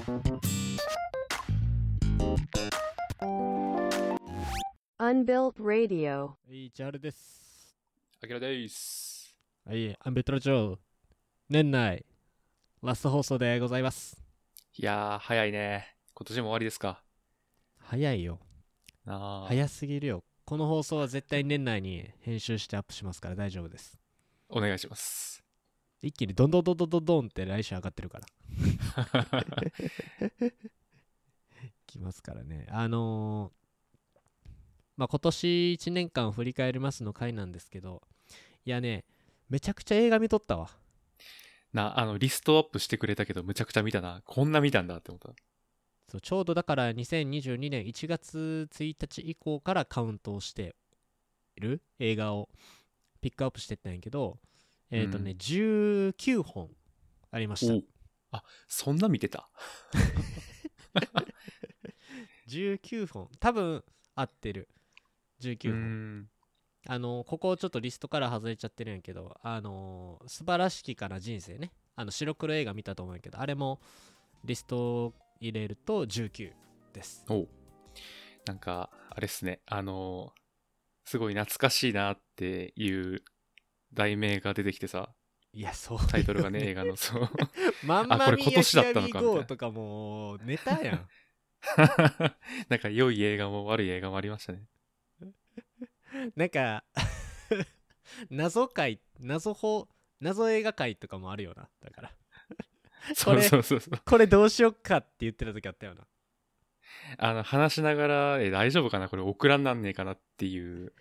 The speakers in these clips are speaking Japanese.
Unbuilt Radio。 チャールです。 あきらです。 はい、アンビルトラジオ年内ラスト放送でございます。 いやー早いね。今年も終わりですか。 早いよ。早すぎるよ。この放送は絶対年内に編集してアップしますから大丈夫です。 お願いします。 一気にドンドンドンドンドンドンって来週上がってるからきますからね。まあ、今年1年間振り返りますの回なんですけど、いやね、めちゃくちゃ映画見とったわ。 リストアップしてくれたけどむちゃくちゃ見たな。こんな見たんだって思った。 そう、ちょうどだから2022年1月1日以降からカウントをしている映画をピックアップしてったんやけど、19本ありました。 あ、そんな見てた 19本多分合ってる。19本。ここちょっとリストから外れちゃってるんやけど、素晴らしきから人生ね、白黒映画見たと思うんやけど、あれもリスト入れると19です。 なんかあれっすね、すごい懐かしいなっていう題名が出てきてさ。 いや、そう、 タイトルがね、映画のそうマンマミーヤヒアビーゴーとかもうネタやんなんか良い映画も悪い映画もありましたね。 なんか謎映画界とかもあるよな。だからそうこれどうしよっかって言ってた時あったよな。 話しながら大丈夫かなこれオクラになんねえかなっていう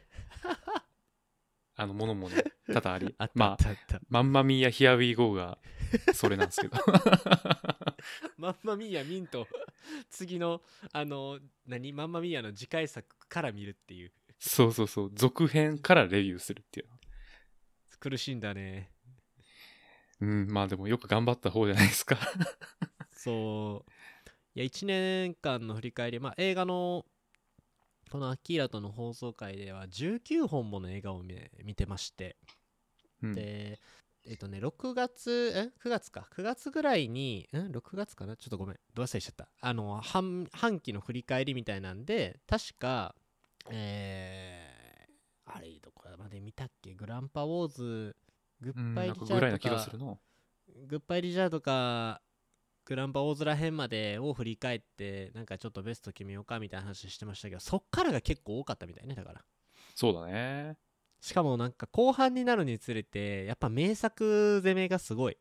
ものもね多々ありあったマンマミーヤヒアウィーゴーがそれなんですけどマンマミーヤミント次のマンマミーヤの次回作から見るっていう。 そう続編からレビューするっていう。 苦しいんだね。 まあでもよく頑張った方じゃないですかそう。いや、1年間の振り返り、映画のこのアキーラとの放送回では19本もの映画を見てまして、で6月9月か9月ぐらいに6月かな、ちょっとごめんどう忘れしちゃった。半期の振り返りみたいなんで、確かあれどこまで見たっけ、グランパウォーズグッバイリチャードかぐらいな気がするの。 グッバイリチャードかグランパウォーズらへんまでを振り返って、なんかちょっとベスト決めようかみたいな話してましたけど、そっからが結構多かったみたいね。だからそうだね。 しかもなんか後半になるにつれてやっぱ名作攻めがすごい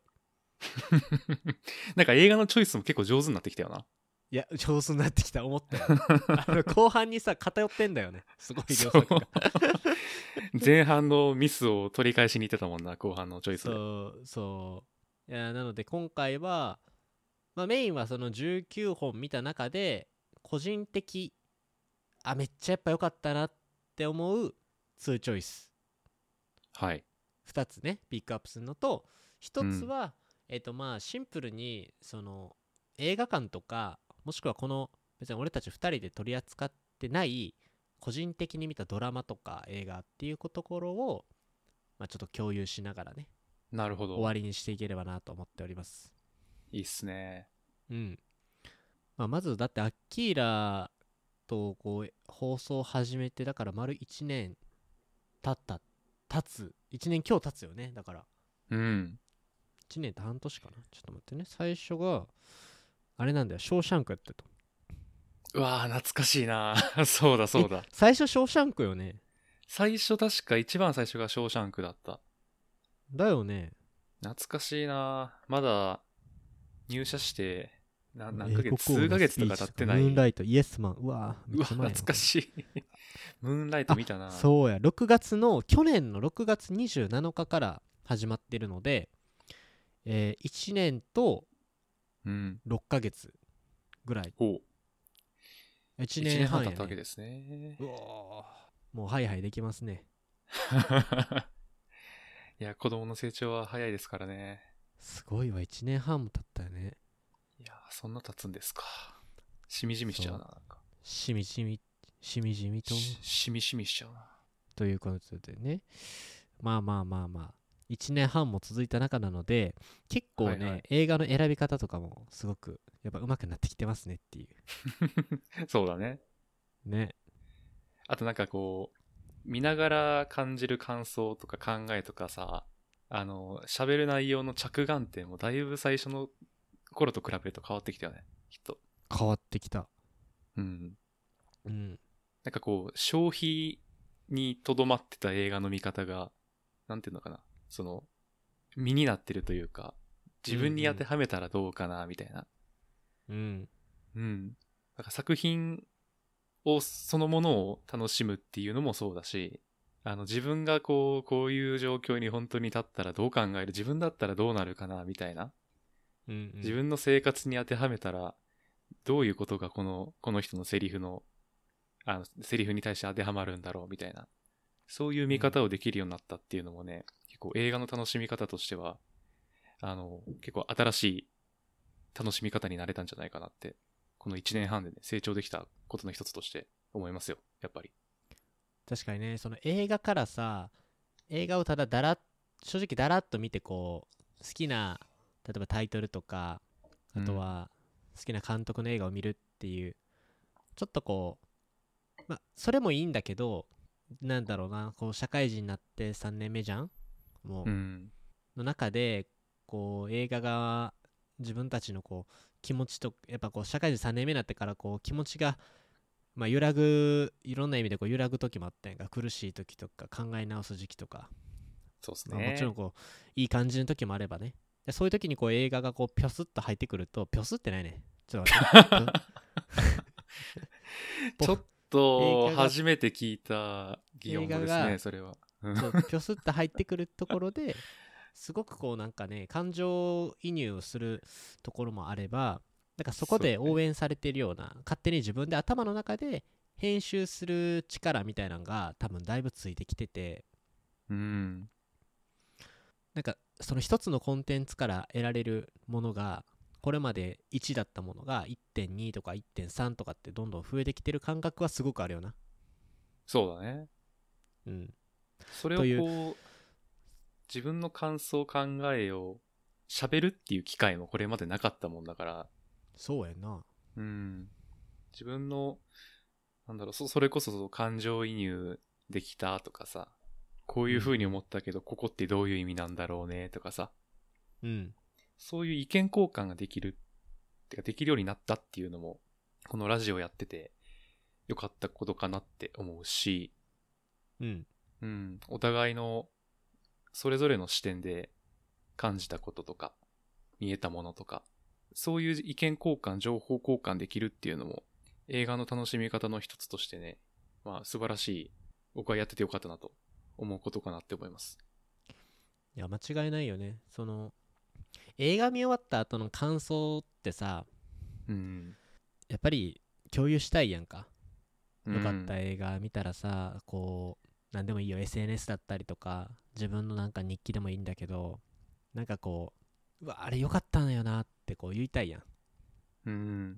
なんか映画のチョイスも結構上手になってきたよな。 いや上手になってきた、思ったよ後半にさ偏ってんだよね、すごい良作が前半のミスを取り返しに行ってたもんな、後半のチョイスで。 そういや、なので今回は、メインはその19本見た中で個人的めっちゃやっぱ良かったなって思う2チョイス、 はい、 2つねピックアップするのと、1つは、シンプルにその映画館とか、もしくはこの別に俺たち2人で取り扱ってない個人的に見たドラマとか映画っていうところを、ちょっと共有しながらね、 なるほど、 終わりにしていければなと思っております。 いいっすね。 まずだってアッキーラとこう放送始めてだから丸1年経つ1年今日経つよね。だから1年と半年かな。ちょっと待ってね、最初があれなんだよ、ショーシャンクやってた。 うわー懐かしいなそうだ最初ショーシャンクよね。 最初確か一番最初がショーシャンクだっただよね。 懐かしいな。まだ入社して何ヶ月、数ヶ月とか経ってない。 ムーンライト、イエスマン。うわ懐かしいムーンライト見たな。 そうや、去年の6月27日から始まってるので、1年と6ヶ月ぐらい。1年半やね。 経ったわけですね。 うわもうハイハイできますねいや、子供の成長は早いですからね。 すごいわ、1年半も経ったよね。 いや、そんな経つんですか。しみじみしちゃうな。なんかしみじみとしみしみしちゃうな。 ということでね、 1年半も続いた中なので、結構ね、 はいはい。 映画の選び方とかもすごくやっぱ上手くなってきてますねっていそうだね。 うね。 あとなんかこう、見ながら感じる感想とか考えとかさ、喋る内容の着眼点もだいぶ最初の頃と比べると変わってきたよね。きっと。 変わってきた。 うん。 うん。 なんかこう、消費にとどまってた映画の見方が、なんていうのかな。その、身になってるというか、 うんう自分に当てんはめたらどうかな、みたいな。 うん。 うん。なんか作品そのものを楽しむっていうのもそうだし、自分がこういう状況に本当に立ったらどう考える、自分だったらどうなるかな、みたいな。 うんうん。 自分の生活に当てはめたら、どういうことがこの人のセリフの、セリフに対して当てはまるんだろう、みたいな。そういう見うん。 方をできるようになったっていうのもね、結構映画の楽しみ方としては、結構新しい楽しみ方になれたんじゃないかなって、この1年半でね、成長できたことの一つとして思いますよ、やっぱり。 確かにね、その映画からさ、映画をただ正直だらっと見てこう、好きな、例えばタイトルとか、あとうん。 は好きな監督の映画を見るっていう、ちょっとこう、まあ、それもいいんだけど、なんだろうな、こう、社会人になって3年目じゃんもうん。 う、の中で、こう、映画が自分たちのこう、気持ちと、やっぱこう、社会人3年目になってからこう、気持ちがまあ、いろんな意味でこう揺らぐ時もあったんやんか。苦しい時とか考え直す時期とか、 そうっすまあ、もちろんね。 こういい感じの時もあればね。でそういう時にこう映画がこうピョスッと入ってくると、ピョスってないね、ちょっと待って、 ちょっ映と、 画が初めて聞いた擬映音語ですね、 画がそれは。うん。 そうピョスッと入ってくるところですごくこうなんかね、感情移入をするところもあれば、なんかそこでそうだね。 応援されてるような、勝手に自分で頭の中で編集する力みたいなのが多分だいぶついてきてて、 うん。 なんかその一つのコンテンツから得られるものが、これまで1だったものが1.2とか1.3とかってどんどん増えてきてる感覚はすごくあるよな。 そうだね。 うん。 それをという、 こう、自分の感想、考えを喋るっていう機会もこれまでなかったもんだから、 そうやんな。 うん。自分の、なんだろう、それこそ感情移入できたとかさ、こううんういう風に思ん。 ったけど、ここってどういう意味なんだろうねとかさ、 うん。 そういう意見交換ができる、てかできるようになったっていうのも、このラジオやっててよかったことかなって思うし、 うん。 うん、お互いのそれぞれの視点で感じたこととか、見えたものとか、そういう意見交換、情報交換できるっていうのも、映画の楽しみ方の一つとしてね、まあ素晴らしい、僕はやっててよかったなと思うことかなって思います。 いや、間違いないよね。その、映画見終わった後の感想ってさ、 うん。 やっぱり共有したいやんか。 うよかったん。 映画見たらさ、こう、なんでもいいよ。SNS だったりとか、自分のなんか日記でもいいんだけど、なんかこう、うわ、あれよかったんよなってこう言いたいやん。 うん。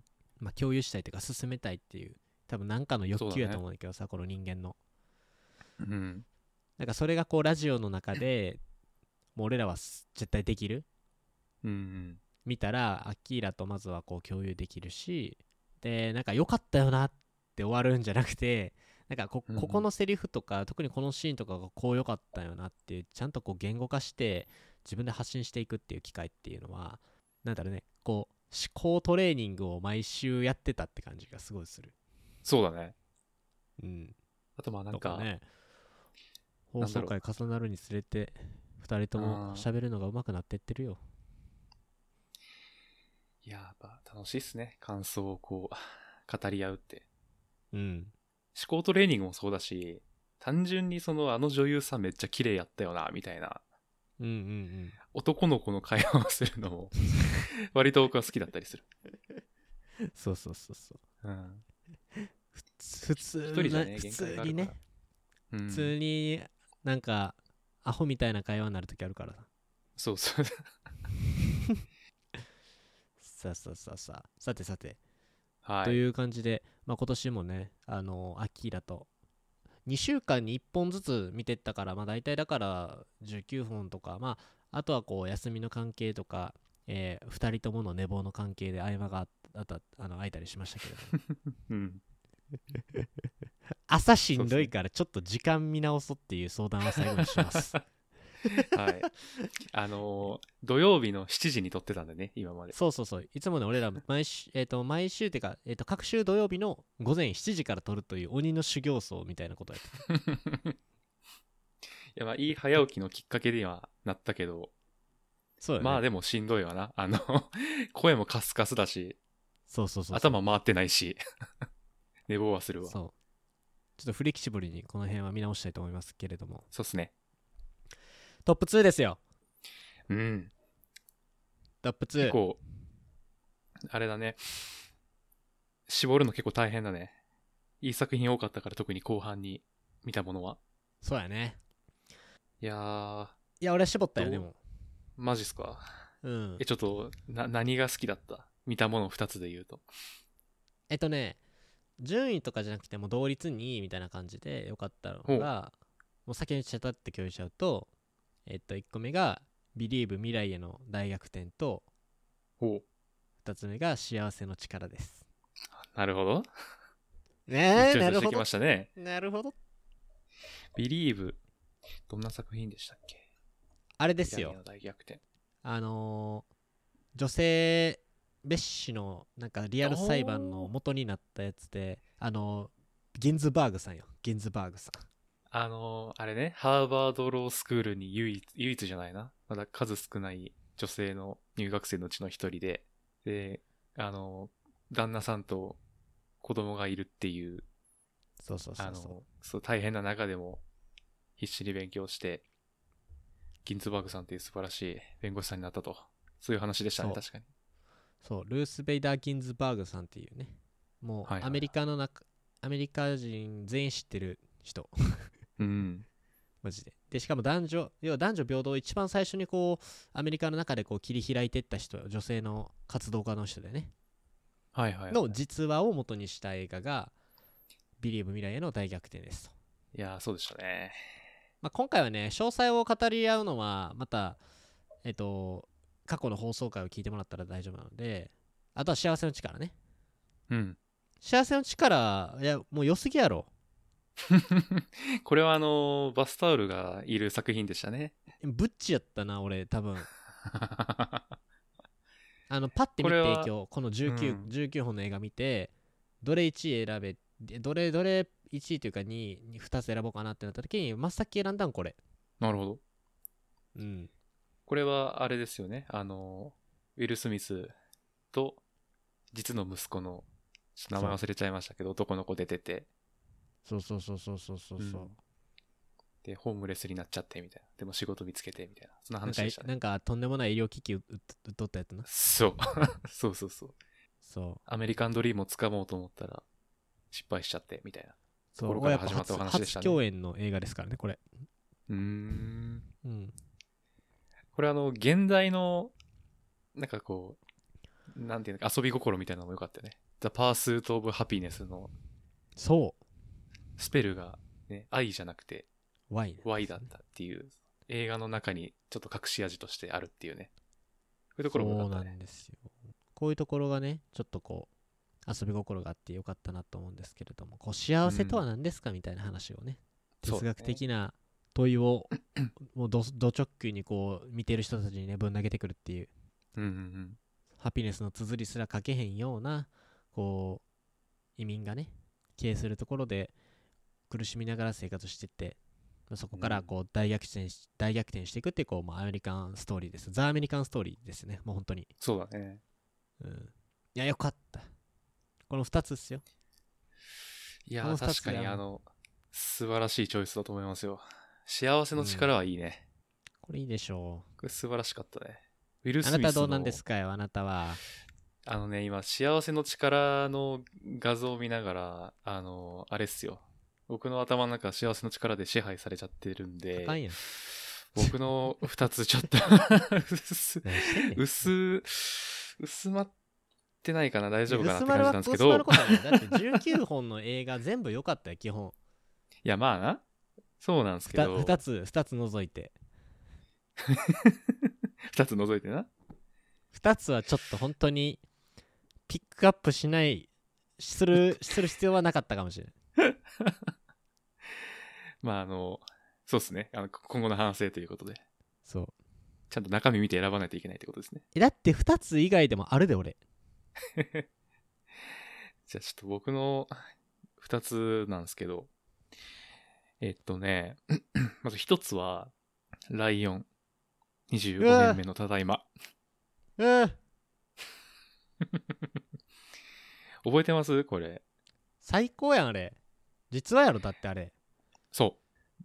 まあ、共有したいというか進めたいっていう、多分なんかの欲求やとそうだね。 思うんだけどさ、この人間の。 うん。 なんかそれがこうラジオの中でもう俺らは絶対できる。 うん。 見たらアッキーラとまずはこう共有できるし、でなんか良かったよなって終わるんじゃなくて、なんかうん。 ここのセリフとか特にこのシーンとかがこう良かったよなっていうちゃんとこう言語化して自分で発信していくっていう機会っていうのは、なんだろうね、こう思考トレーニングを毎週やってたって感じがすごいする。 そうだね。 うん。 あとまあなんか、 とかね、放送なんだろ回重なるにつれて2人とう。うもん。 喋るのが上手くなってってるよ。 いや、やっぱ楽しいっすね。感想をこう、語り合うって。 うん。 思考トレーニングもそうだし、単純にあの女優さんめっちゃ綺麗やったよな、みたいな、 うんうん男の子の会話をするのも、割と僕は好きだったりする。 うん。そうそうそうそう。 うん。一人じゃね、 普限界通にね、 があるから。う普ん。 通になんか、アホみたいな会話になるときあるからさ。 そうそう。 さあさあさあさあ。さてさて。 はい。 という感じで、まあ、今年もね、アキーラと 2週間に1本ずつ見てったから、まあ大体だから19本とか、まああとはこう休みの関係とか、2人ともの寝坊の関係で合間が空いたりしましたけれどもうん朝しんどいからちょっと時間見直そうっていう相談は最後にしますはい土曜日の7時に撮ってたんでね今まで。 そうそうそう、いつもね俺ら毎週毎週ってか、各週土曜日の午前7時から撮るという鬼の修行僧みたいなことやっていやまあいい早起きのきっかけにはなったけど、 そうよね。 まあでもしんどいわな。声もカスカスだし、 そうそうそうそう、 頭回ってないし、寝坊はするわ。 そうちょっとフレキシブルにこの辺は見直したいと思いますけれども、 そうっすね。 トップ2ですよ。 うん。 トップ2。 結構、あれだね。絞るの結構大変だね。いい作品多かったから特に後半に見たものは。 そうやね。 いやー、 いや俺絞ったよ。 どうでもマジっすか。 うん。 ちょっと、何が好きだった見たもの2つで言うと。 順位とかじゃなくても同率2位みたいな感じでよかったのほうが、もう先にちゃったって共有しちゃうと、1個目が Believe 未来への大逆転と、 ほう。 2つ目が幸せの力です。 なるほど。 ねえ、 チョイスしてきなるほどましたね。 なるほど。 Believe。どんな作品でしたっけ。 あれですよ未来への、大逆転。 女性蔑視のなんかリアル裁判の元になったやつで、ギンズバーグさんよ。ギンズバーグさん。 あれね、ハーバードロースクールに唯一じゃないな。まだ数少ない女性の入学生のうちの一人で、旦那さんと子供がいるっていう、 そうそうそうそう。 そう大変な中でも必死に勉強して、ギンズバーグさんっていう素晴らしい弁護士さんになったと。そういう話でしたね、 そう確かに。 そうルース・ベイダー・ギンズバーグさんっていうね、もうはいはいはいアメリカ人全員知ってる人うん。 マジで。でしかも要は男女平等を一番最初にこうアメリカの中でこう切り開いていった人、女性の活動家の人でね、 はいはい、はい。 の実話を元にした映画がビリーブ未来への大逆転ですと。 いやー、そうでしたね。 まあ、今回はね詳細を語り合うのはまた過去の放送回を聞いてもらったら大丈夫なので、あとは幸せの力ね。 うん。 幸せの力、いやもう良すぎやろ。 これはバスタオルがいる作品でしたね。 ブッチやったな俺多分。パッて見てこれは今日この19、 うん 19本の映画見て、どれ1位選べ、どれ1位というか2位に2つ選ぼうかなってなった時に真っ先選んだんこれ。 なるほど。 うん。 これはあれですよね。ウィル・スミスと実の息子のちょっと名前忘れちゃいましたけど、男の子出てて、 そうそうそうそうそうそうそう、 うんでホームレスになっちゃってみたいな、でも仕事見つけてみたいな、そんななんか話でしたね。 なんかとんでもない医療機器うっとったやつな。 そうそうそうそう。 そうアメリカンドリームをつかもうと思ったら失敗しちゃってみたいなところか親子ら始まったお話でしたね。 初共演の映画ですからねこれ。 うんうんこれ現代のなんかこうなんていうのか遊び心みたいなのも良かったよね。The Pursuit of Happiness のそスペルがね、愛じゃなくてう Y ね Y だったっていう映画の中にちょっと隠し味としてあるっていうね。こういうところも良かそうなったね。 んですよ。こういうところがねちょっとこう遊び心があってよかったなと思うんですけれども、こう幸せとは何ですかみたいな話をね、哲学的な問いをもうド直球にこう見てる人たちにねぶん投げてくるっていう、 うんうんうんハピネスの綴りすら書けへんようなこう移民がね経営するところで苦しみながら生活していって、そこからこう大逆転していくっていう、こう、まあ、アメリカンストーリーです。ザ・アメリカンストーリーですね、もう本当に。 そうだね。 うん、いやよかった、この2つっすよ。 いやこの二つ確かにが素晴らしいチョイスだと思いますよ。幸せの力はいいね。 これいいでしょこれ素晴らしかったね。ウィル・う。あスミスのなたどうなんですかよ、あなたは。 今幸せの力の画像を見ながらあれっすよ。僕の頭の中は幸せの力で支配されちゃってるんで、 あかんやん。 僕の2つちょっと何してんねん薄まってないかな、大丈夫かなって薄まる感じなんですけど、 ことはない。だって19本の映画全部良かったよ基本。 いや、まあな。そうなんですけど。 2つ除いて。 2つ除いてな。 2つはちょっと本当にピックアップしないする必要はなかったかもしれない。 まあそうですね。今後の反省ということで。 そう。 ちゃんと中身見て選ばないといけないってことですね。 だって2つ以外でもあるで俺。 じゃあちょっと僕の2つなんですけど。まず1つは、ライオン。25年目のただいま。覚えてますこれ。 最高やんあれ。実話やろだってあれ。 そう。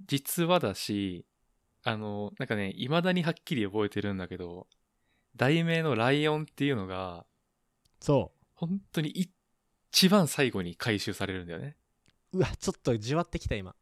実話だし、なんかね、未だにはっきり覚えてるんだけど、題名のライオンっていうのが、 そ本当に一番最後に回収されるんだよね。 う。うわちょっとじわってきた今。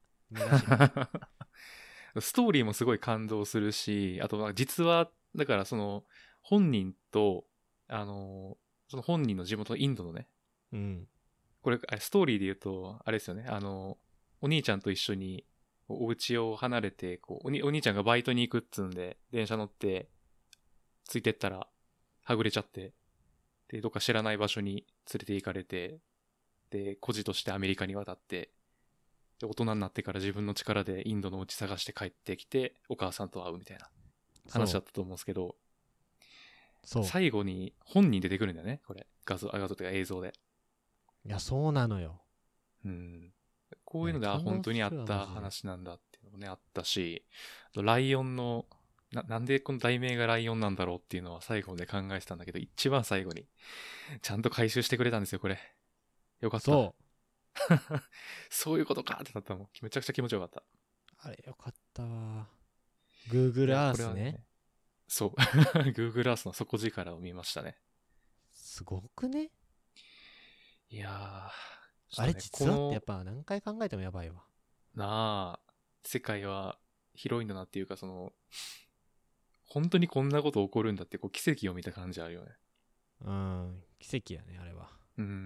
ストーリーもすごい感動するし、あと実話、だからその本人と、その本人の地元インドのね、 うん。 これストーリーで言うと、あれですよね、お兄ちゃんと一緒にお家を離れてお兄ちゃんがバイトに行くっつんで電車乗ってついてったらはぐれちゃって、でどっか知らない場所に連れて行かれて、で孤児としてアメリカに渡って、で大人になってから自分の力でインドのお家探して帰ってきてお母さんと会うみたいな話だったと思うんですけど、 そう。 最後に本人出てくるんだよね、これ画像というか映像で。 いやそうなのよ。 こういうので本当にあった話なんだっていうのもねあったし、ライオンのなんでこの題名がライオンなんだろうっていうのは最後まで考えてたんだけど、一番最後にちゃんと回収してくれたんですよこれ。よかった。そういうことかってなったもん。めちゃくちゃ気持ちよかった。 あれよかったわ。 Google Earth ね。 そうGoogle Earth の底力を見ましたね。 すごくね。 いやー、あれ実はってやっぱ何回考えてもやばいわなあ。世界は広いんだなっていうか、本当にこんなこと起こるんだって奇跡を見た感じあるよね。 奇跡やねあれは。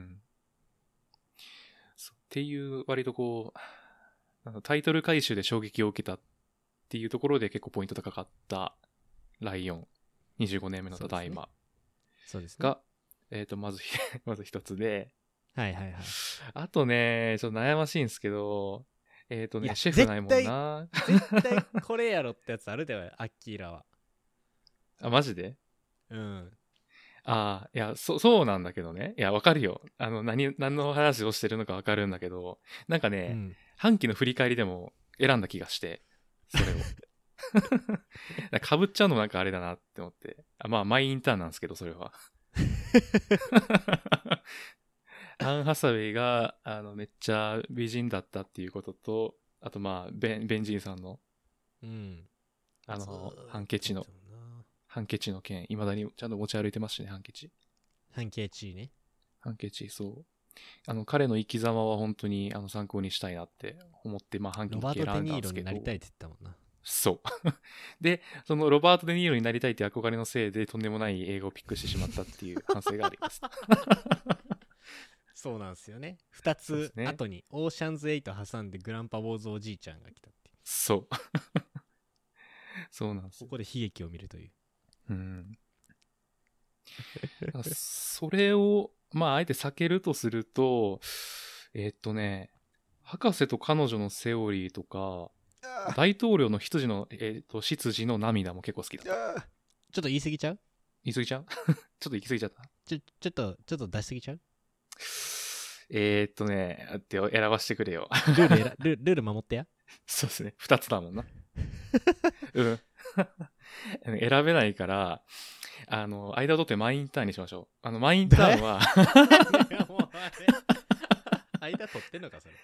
っていう割とタイトル回収で衝撃を受けたっていうところで結構ポイント高かったライオン25年目のただいまが、まず一つで、 はいはいはい。 あとねちょっと悩ましいんですけど、シェフないもんな。 絶対これやろってやつあるでよアッキーラは。 あ、マジで？いや、そうなんだけどね。いや、わかるよ。何の話をしてるのかわかるんだけど、なんかね、半期の振り返りでも選んだ気がして、それを。かぶっちゃうのもなんかあれだなって思って。まあ、マイインターンなんですけど、それは。アン・ハサウェイが、めっちゃ美人だったっていうことと、あとまあ、ベンジンさんの、ハンケチの件、いまだにちゃんと持ち歩いてますしね、ハンケチ。 ハンケチね。 ハンケチ、そう。彼の生き様は本当に参考にしたいなって思って、まあ、ハンケチ選んだんですけど。 ロバート・デ・ニーロになりたいって言ったもんな。 そう。で、そのロバート・デ・ニーロになりたいって憧れのせいで、とんでもない映画をピックしてしまったっていう反省があります。 そうなんですよね。2つ後に、オーシャンズ8挟んでグランパ・ウォーズおじいちゃんが来たっていう。 そう。そうなんです。 ここで悲劇を見るという。 それを、まあ、あえて避けるとすると、博士と彼女のセオリーとか、大統領の執事の涙も結構好きだった。 ちょっと言い過ぎちゃう？ 言い過ぎちゃうちょっと言い過ぎちゃったちょっと出しすぎちゃう？ 選ばしてくれよ。 ルール守ってや。 そうですね。2つだもんな。選べないから、間を取ってマイインターンにしましょう。マイインターンは間取ってんのかそれ。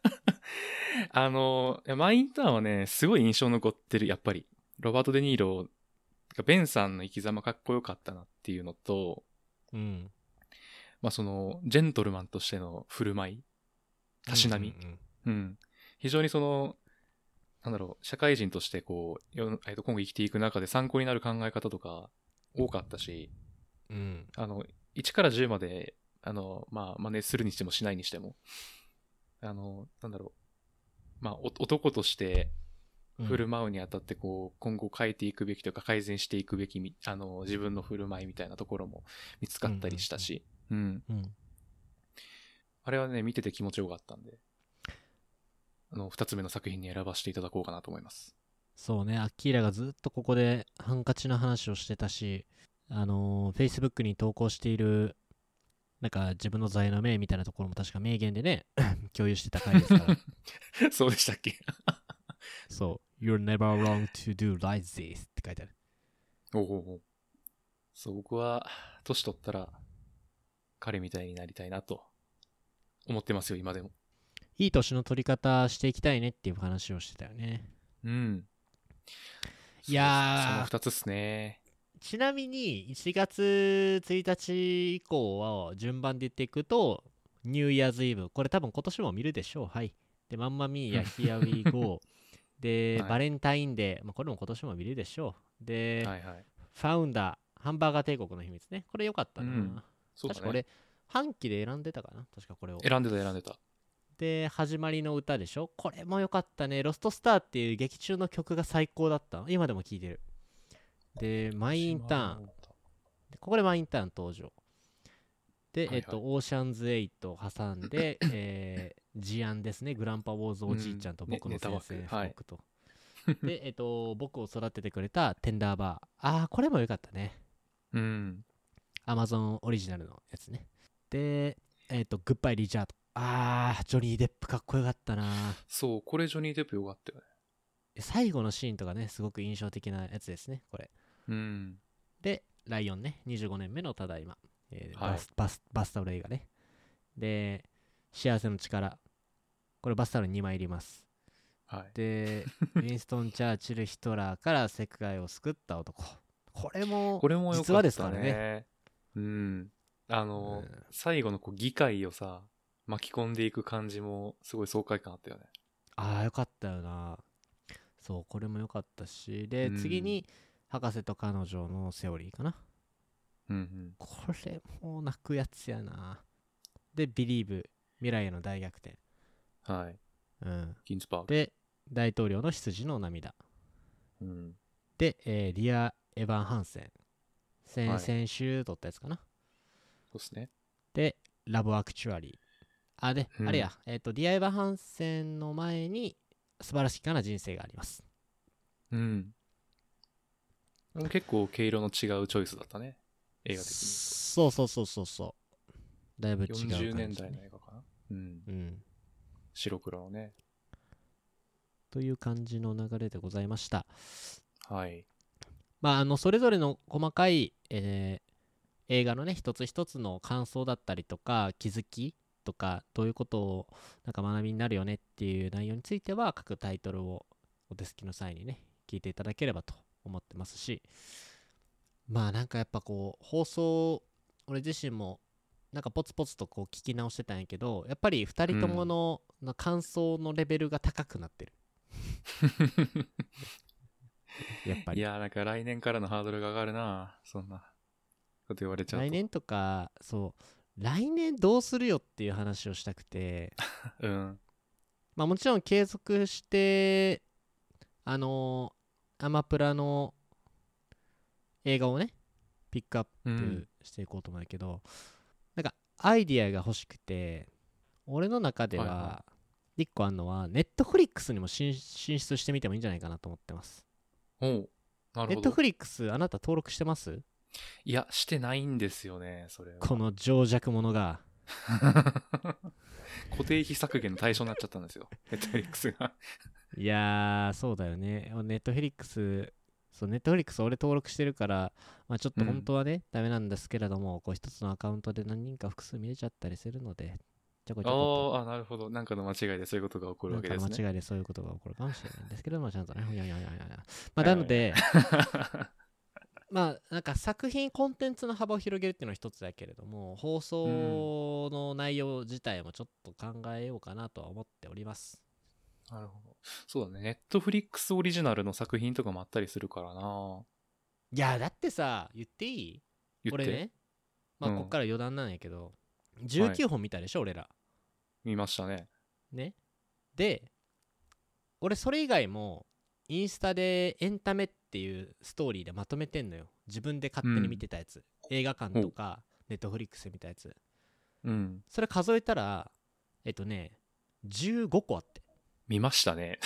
マイインターンはね、すごい印象残ってる、やっぱり。ロバート・デ・ニーロ、ベンさんの生き様かっこよかったなっていうのと、まあジェントルマンとしての振る舞い、たしなみ。非常に社会人として今後生きていく中で参考になる考え方とか多かったし、1から10まで、まあ、真似するにしてもしないにしても、 まあ、男としてうん振る舞うにあたってこう、今後変えていくべきとか改善していくべき自分の振る舞いみたいなところも見つかったりしたし、うん。 うんあれはね、見てて気持ちよかったんで、二つ目の作品に選ばせていただこうかなと思います。 そうね、アッキーラがずっとここでハンカチの話をしてたし、Facebook に投稿している、なんか自分の座右の銘みたいなところも確か名言でね、共有してた回ですから。 そうでしたっけ？ そう、You're never wrong to do like this って書いてある。 おお。そう、僕は、年取ったら、彼みたいになりたいなと、思ってますよ、今でも。 いい年の取り方していきたいねっていう話をしてたよね。 うん。 いやー、 その二つっすね。 ちなみに1月1日以降は順番で言っていくと、ニューイヤーズイブ、これ多分今年も見るでしょう。はい。で、マンマミーヤ、Here We Go。で、 はいバレンタインデー、まあ、これも今年も見るでしょう。で、 はいはい。 ファウンダー、ハンバーガー帝国の秘密ね。これ良かったな。 そうだね。 確か俺、半期で選んでたかな確かこれを。 選んでた。 で、始まりの歌でしょ。これも良かったね。ロストスターっていう劇中の曲が最高だった。今でも聴いてる。で、マイインターン。ここでマイインターン登場。で、 はいはいオーシャンズ8を挟んで、ジアンですね。グランパウォーズおじいちゃんと僕の先生ネタ枠僕と。で、僕を育ててくれたテンダーバー。あー、これも良かったね。 うん。 アマゾンオリジナルのやつね。で、グッバイリチャード。あー、ジョニー・デップかっこよかったな。 そう、これジョニー・デップよかったよね。 最後のシーンとかね、すごく印象的なやつですね、これ。 うん。 で、ライオンね、25年目のただいま。 はいバスタオル映画ね。で、幸せの力。これバスタオル2枚いります。 はい。 で、ウィンストン・チャーチル・ヒトラーから世界を救った男。これもこれもよ実話でかったすからね。 ね。うん。 うん最後のこう議会をさ、巻き込んでいく感じもすごい爽快感あったよね。 ああ、よかったよな。そう、これもよかったし。で、次に、博士と彼女のセオリーかな。 うんこれもう泣くやつやな。で、ビリーブ、未来への大逆転。 はい。 うん。 ギンズパーグ。 で、大統領の羊の涙。 うん。 で、リア・エヴァン・ハンセン。 はい先週撮ったやつかな。 そうっすね。 で、ラブ・アクチュアリー。あ、で、 うんあれや、ディア・エヴァン・ハンセンの前に、素晴らしきかな人生があります。 うん。でも結構毛色の違うチョイスだったね。映画的に。 そう。だいぶ違う感じ、ね。 40年代の映画かな。うん。 うん。 白黒のね。 という感じの流れでございました。 はい。 まあ、それぞれの細かい、映画のね、一つ一つの感想だったりとか、気づきとか、どういうことをなんか学びになるよねっていう内容については、各タイトルをお手すきの際にね、聞いていただければと思ってますし、まあなんかやっぱこう、放送、俺自身も、なんかポツポツとこう聞き直してたんやけど、やっぱり2人ともの感想のレベルが高くなってる。やっぱり。 いやーなんか来年からのハードルが上がるな。そんなこと言われちゃうと。 来年とか、そう、来年どうするよっていう話をしたくて、 うん。 まあもちろん継続して、アマプラの映画をね、ピックアップしていこうと思うんだけど、なんかアイディアが欲しくて、俺の中ではいはは、一個あるのは、ネットフリックスにも進出してみてもいいんじゃないかなと思ってます。 おう。なるほど。 ネットフリックス、あなた登録してます？ いや、してないんですよね、それは。 この情弱者が。 固定費削減の対象になっちゃったんですよ。ネットフリックスが。 いやー、そうだよね。ネットフリックス、そう、ネットフリックス俺登録してるから、まあちょっと本当はね、ダメなんですけれども、こう一つのアカウントで何人か複数見れちゃったりするので、ちょこちょこと。 なるほど。なんかの間違いでそういうことが起こるわけですね。 なんか間違いでそういうことが起こるかもしれないんですけれども、ちゃんとね。まあなので、まあなんか作品コンテンツの幅を広げるっていうのは一つだけれども、放送の内容自体もちょっと考えようかなとは思っております。 なるほど。そうだね。ネットフリックスオリジナルの作品とかもあったりするからな。 いやだってさ、言っていい？ 言って。 俺ね、まあこっから余談なんやけど、19本見たでしょ、俺ら。 見ましたね。 ね。で、 俺それ以外もインスタでエンタメっていうストーリーでまとめてんのよ。自分で勝手に見てたやつ、映画館とかネットフリックス見たやつ。 うん。 それ数えたら15個あって、 見ましたね。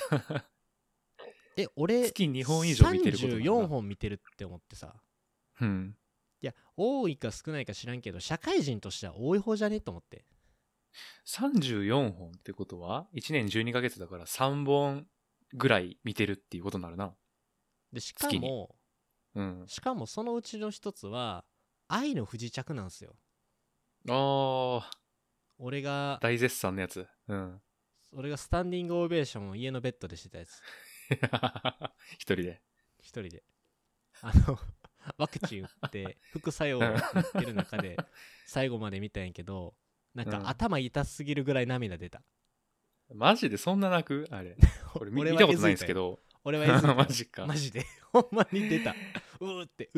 俺月2本以上見てることなんだ。 34本見てるって思ってさ。 うん。 いや多いか少ないか知らんけど社会人としては多い方じゃねと思って。 34本ってことは1年12ヶ月だから3本ぐらい見てるっていうことになるな。 でしか月に。 もうん。 そのうちの一つは愛の不時着なんですよ。 ああ、 俺が大絶賛のやつ。うん。 スタンディングオベーションを家のベッドでしてたやつ。 一人で。 一人でワクチン打って副作用を言ってる中で最後まで見たんやけど、なんか頭痛すぎるぐらい涙出た。 マジでそんな泣くあれ。俺見俺はたことないんですけど。 俺はえずいたよマジか。 マジでほんまに出た。うーって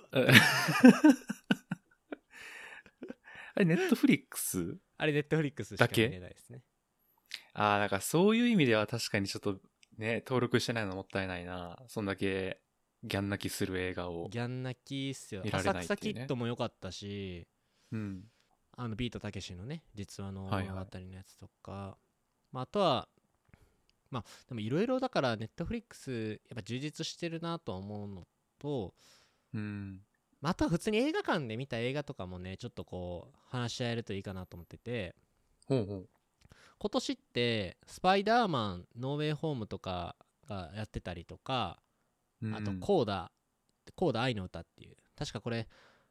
あれ、ネットフリックスあれネットフリックスしか見れないですね。 ああ、なんかそういう意味では確かにちょっとね、登録してないのもったいないな。そんだけギャン泣きする映画をギャン泣きっすよ。 見られ浅草ないっていうね。 キッドも良かったし、 うん。 ビートたけしのね実話のはいはい物語のやつとか、まあ、あとはまあでもいろいろだからネットフリックスやっぱ充実してるなとは思うのと、 うん。 まあ、あとは普通に映画館で見た映画とかもねちょっとこう話し合えるといいかなと思ってて、 ほうほう。 今年ってスパイダーマンノーウェイホームとかがやってたりとか、 うんうん、 あとコーダ愛の歌っていう確かこれ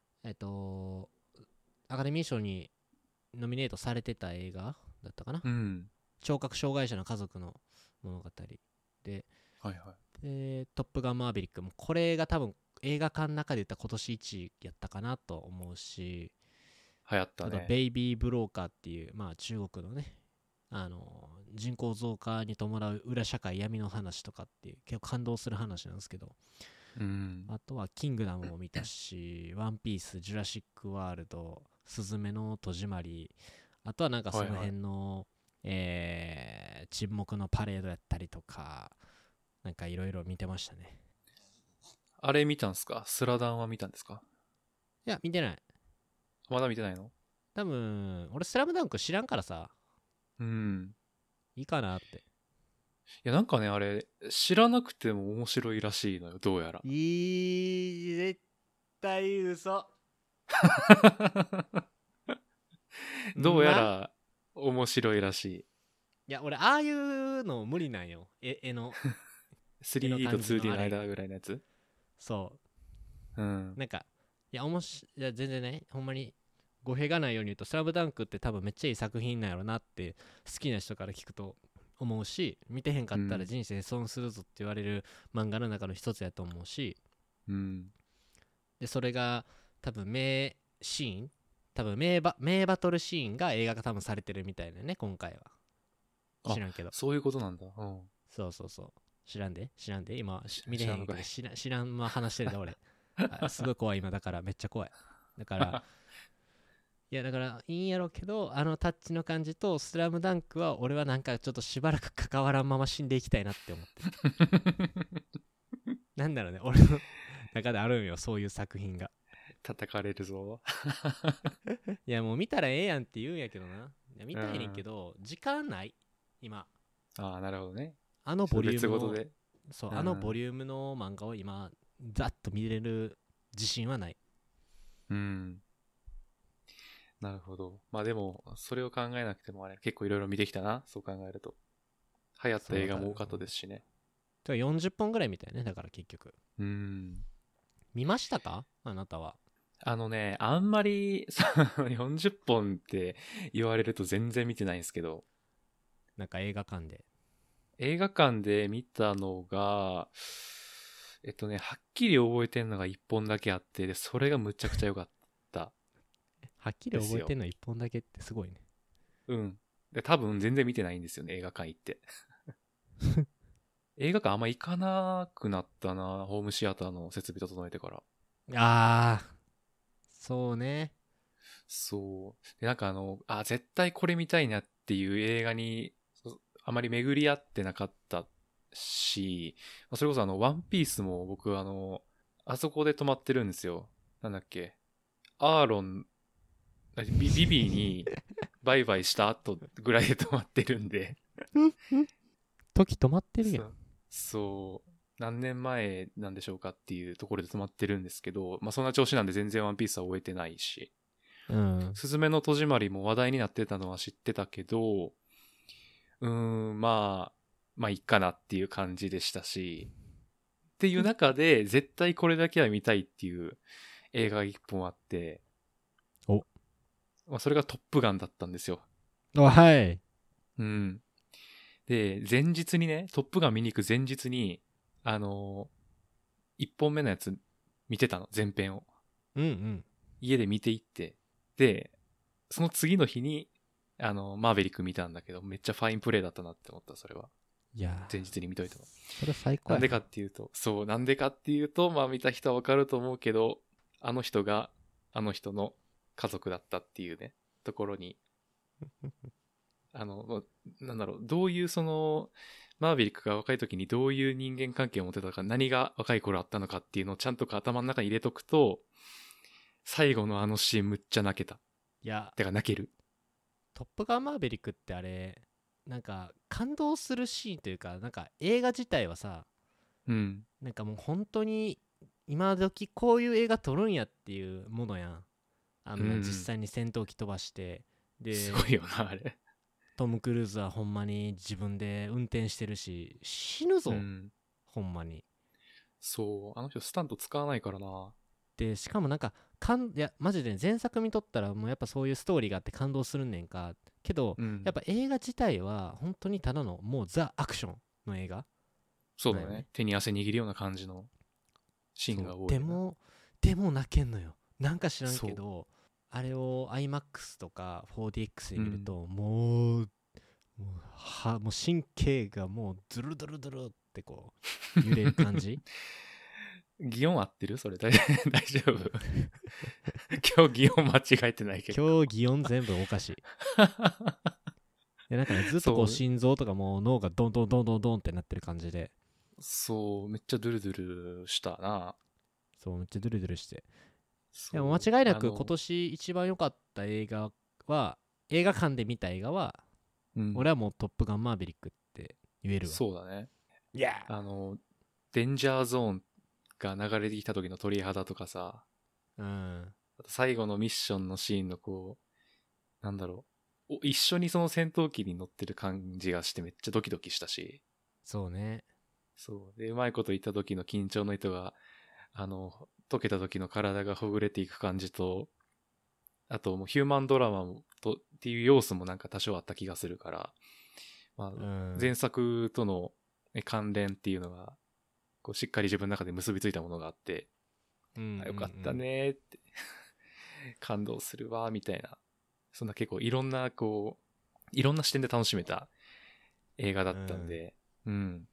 アカデミー賞にノミネートされてた映画だったかな、 うん。 聴覚障害者の家族の物語で、 はいはい。 トップガンマーヴェリックもこれが多分映画館の中で言ったら今年1位やったかなと思うし、 流行ったあとね。 ベイビーブローカーっていう、まあ、中国のね人口増加に伴う裏社会闇の話とかっていう結構感動する話なんですけど、 うん。 あとはキングダムも見たしワンピース、ジュラシックワールド、スズメの戸締まり、あとはなんかその辺の、沈黙のパレードやったりとかなんかいろいろ見てましたね。 あれ見たんすか？スラダンは見たんですか？ いや見てない。 まだ見てないの？ 多分俺スラムダンク知らんからさ、 うん。 いいかなって。 いやなんかね、あれ知らなくても面白いらしいのよ、どうやら。 絶対嘘どうやら面白いらしい。 いや俺ああいうの無理なんよ。絵の 3D と感じの 2D のあれ間ぐらいのやつ。 そうん。 うなんかいや全然ねほんまに語弊がないように言うとスラムダンクって多分めっちゃいい作品なんやろなって好きな人から聞くと思うし、見てへんかったら人生損するぞって言われる漫画の中の一つやと思うし、 うん。 でそれが多分名シーン多分名バトルシーンが映画化多分されてるみたいなね今回は。知らんけど。 そういうことなんだ。うん。 そう知らんで今見てへんけど知らんま話してるで俺すごい怖い今だからめっちゃ怖いだからいやだからいいんやろうけどあのタッチの感じとスラムダンクは俺はなんかちょっとしばらく関わらんまま死んでいきたいなって思ってるなんだろうね俺の中であるんよそういう作品が。 叩かれるぞ。 いやもう見たらええやんって言うんやけどな。いや見たいねんけど時間ない今。 ああ、なるほどね。 あのボリュームの別事で。 そう、あのボリュームの漫画を今ざっと見れる自信はない。 うん。なるほど。まあでも、それを考えなくてもあれ、結構いろいろ見てきたな。そう考えると。流行った映画も多かったですしね。 じゃあ40本ぐらいみたいね。だから結局。 うん。 見ましたかあなたは。 あんまり、40本って言われると全然見てないんですけど、 なんか映画館で。 映画館で見たのが、はっきり覚えてんのが1本だけあって、で、それがむちゃくちゃ良かった。 はっきり覚えてんの1本だけってすごいね。 うん。で、多分全然見てないんですよね、映画館行って。映画館あんま行かなくなったな、ホームシアターの設備整えてから。 そうね。 そう。で、なんか絶対これ見たいなっていう映画に、あまり巡り合ってなかったっし、それこそワンピースも僕あそこで止まってるんですよ。なんだっけ。アーロン、ビビーにバイバイした後ぐらいで止まってるんで。 時止まってるやん。 そう。何年前なんでしょうかっていうところで止まってるんですけど、そんな調子なんで全然ワンピースは終えてないし。 うん。 すずめの戸締まりも話題になってたのは知ってたけど、まあいいかなっていう感じでしたし、っていう中で絶対これだけは見たいっていう映画が一本あって、それがトップガンだったんですよ。 はい。 うん。で、前日にね、トップガン見に行く前日に、一本目のやつ見てたの、前編を。 うんうん。 家で見ていって、で、その次の日に、マーベリック見たんだけど、めっちゃファインプレーだったなって思った、それは。 いや前日に見といたの。 それ最高やなんでかっていうと、見た人はわかると思うけど、あの人が、あの人の家族だったっていうね、ところに、なんだろう、どういうマーベリックが若い時にどういう人間関係を持ってたか、何が若い頃あったのかっていうのをちゃんと頭の中に入れとくと、最後のあのシーンむっちゃ泣けた。 いや、 てか泣ける。 トップガンマーベリックってあれ、なんか感動するシーンというか、なんか映画自体はさ、 うん。 なんかもう本当に今時こういう映画撮るんやっていうものやん。あんな実際に戦闘機飛ばして、 すごいよな、あれ。 トム・クルーズはほんまに自分で運転してるし、死ぬぞ、ほんまに。 そう、あの人スタント使わないからな。 で、しかもなんか、いや、マジで前作見とったらもうやっぱそういうストーリーがあって感動するんねんか。けど、やっぱ映画自体は本当にただのもうザ・アクションの映画。 そうだね。手に汗握るような感じのシーンが多い。 でも泣けんのよ。なんか知らんけど、あれを IMAX とか 4DX で見ると、もう神経がもうドゥルドゥルドゥルってこう揺れる感じ。 擬音合ってるそれ大丈夫今日擬音間違えてないけど。 今日擬音全部おかしい。でなんかね、ずっとこう心臓とかもう脳がドンドンドンドンドンってなってる感じで。 そう、めっちゃドゥルドゥルしたな。 そう、めっちゃドゥルドゥルして。でも間違いなく今年一番良かった映画は、映画館で見た映画は、俺はもうトップガンマーヴェリックって言えるわ。 そうだね。 いやデンジャーゾーンが流れてきた時の鳥肌とかさ、最後のミッションのシーンのこう、なんだろう、一緒にその戦闘機に乗ってる感じがしてめっちゃドキドキしたし。 そうね。 そう。で、うまいこと言った時の緊張の糸が、溶けた時の体がほぐれていく感じと、あともうヒューマンドラマっていう要素もなんか多少あった気がするから、前作との関連っていうのが、こうしっかり自分の中で結びついたものがあって、よかったねーって感動するわみたいな、そんな結構いろんな視点で楽しめた映画だったんで、今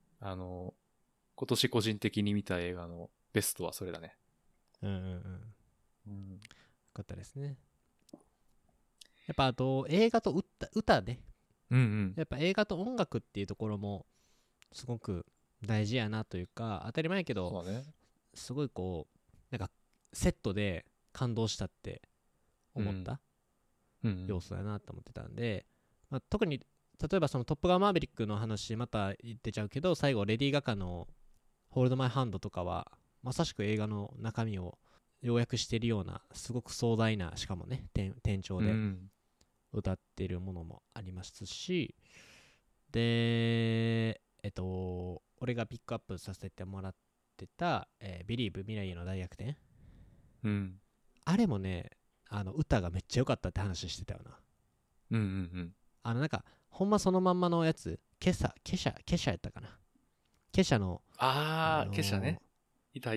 年個人的に見た映画のベストはそれだね。 よかったですね。やっぱあと映画と歌ね。やっぱ映画と音楽っていうところもすごく大事やなというか、当たり前やけど、すごいこうなんかセットで感動したって思った要素やなと思ってたんで、特に例えばそのトップガンマーヴェリックの話また言ってちゃうけど、最後レディー・ガガのホールドマイハンドとかはまさしく映画の中身を要約しているような、すごく壮大な、しかもね転調で歌ってるものもありますし、で俺がピックアップさせてもらってた、ビリーブ未来への大逆転、あれもね、歌がめっちゃ良かったって話してたよな。なんかほんまそのまんまのやつ、ケシャやったかな。ケシャのケシャね、いた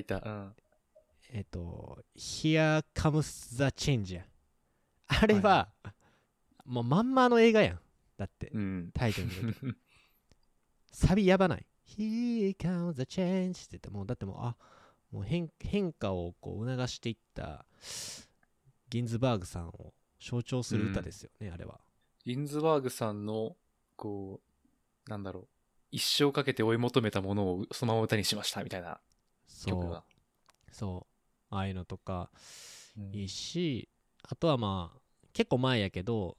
Here Comes the Change や。あれは、もうまんまの映画やん。だって、タイトル見るとサビやばない。Here comes the change って言って、もうだってもう変化をこう促していったギンズバーグさんを象徴する歌ですよね、あれは。 ギンズバーグさんのこうなんだろう、 一生かけて追い求めたものをそのまま歌にしましたみたいな曲が。 そうああいうのとかうんいいし、あとはまあ結構前やけど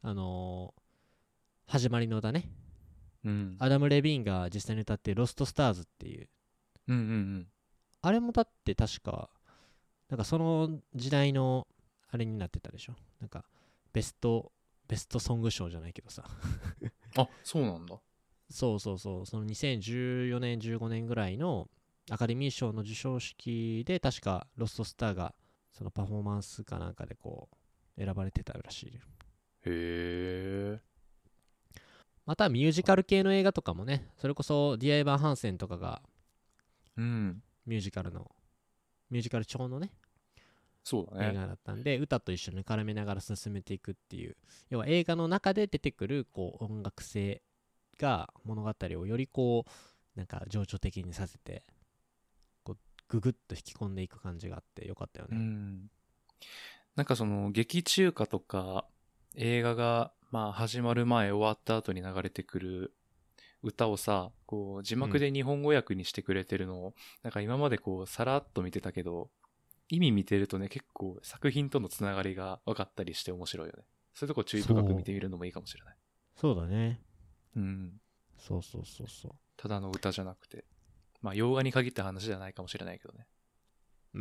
始まりの歌ね、 うんアダム・レビーンが実際に歌ってるロストスターズっていう、 うんうんあれもだって確かなんかその時代のあれになってたでしょ、なんかベストソング賞じゃないけどさあ、そうなんだ。 そうその2014年15年ぐらいのアカデミー賞の授賞式で確かロストスターがそのパフォーマンスかなんかでこう選ばれてたらしい。 へえ。 またミュージカル系の映画とかもね、それこそディア・エヴァン・ハンセンとかがうん。 ミュージカル調のねそうだね。 映画だったんで、歌と一緒に絡めながら進めていくっていう、要は映画の中で出てくるこう音楽性が物語をよりこうなんか情緒的にさせてこうググッと引き込んでいく感じがあってよかったようね。 ん。なんかその劇中歌とか映画がまあ始まる前終わった後に流れてくる歌をさ、こう字幕で日本語訳にしてくれてるのを、なんか今までこうさらっと見てたけど、意味見てるとね、結構作品とのつながりが分かったりして面白いよね。そういうとこ注意深く見てみるのもいいかもしれない。 そうだね。 うん。 そうただの歌じゃなくて。まあ洋画に限った話じゃないかもしれないけどね。 うん。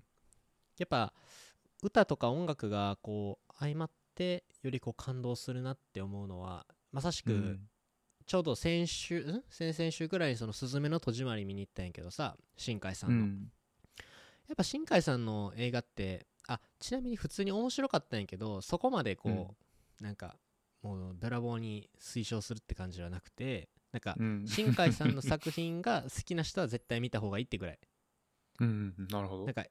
やっぱ歌とか音楽がこう相まってよりこう感動するなって思うのはまさしく、ちょうど先々週ぐらいにそのすずめの戸締まり見に行ったんやけどさ、新海さんの、やっぱ新海さんの映画ってちなみに普通に面白かったんやけど、そこまでこう、なんかもうべらぼうに推奨するって感じはなくて、なんか新海さんの作品が好きな人は絶対見た方がいいってぐらい。 なるほど。 なんか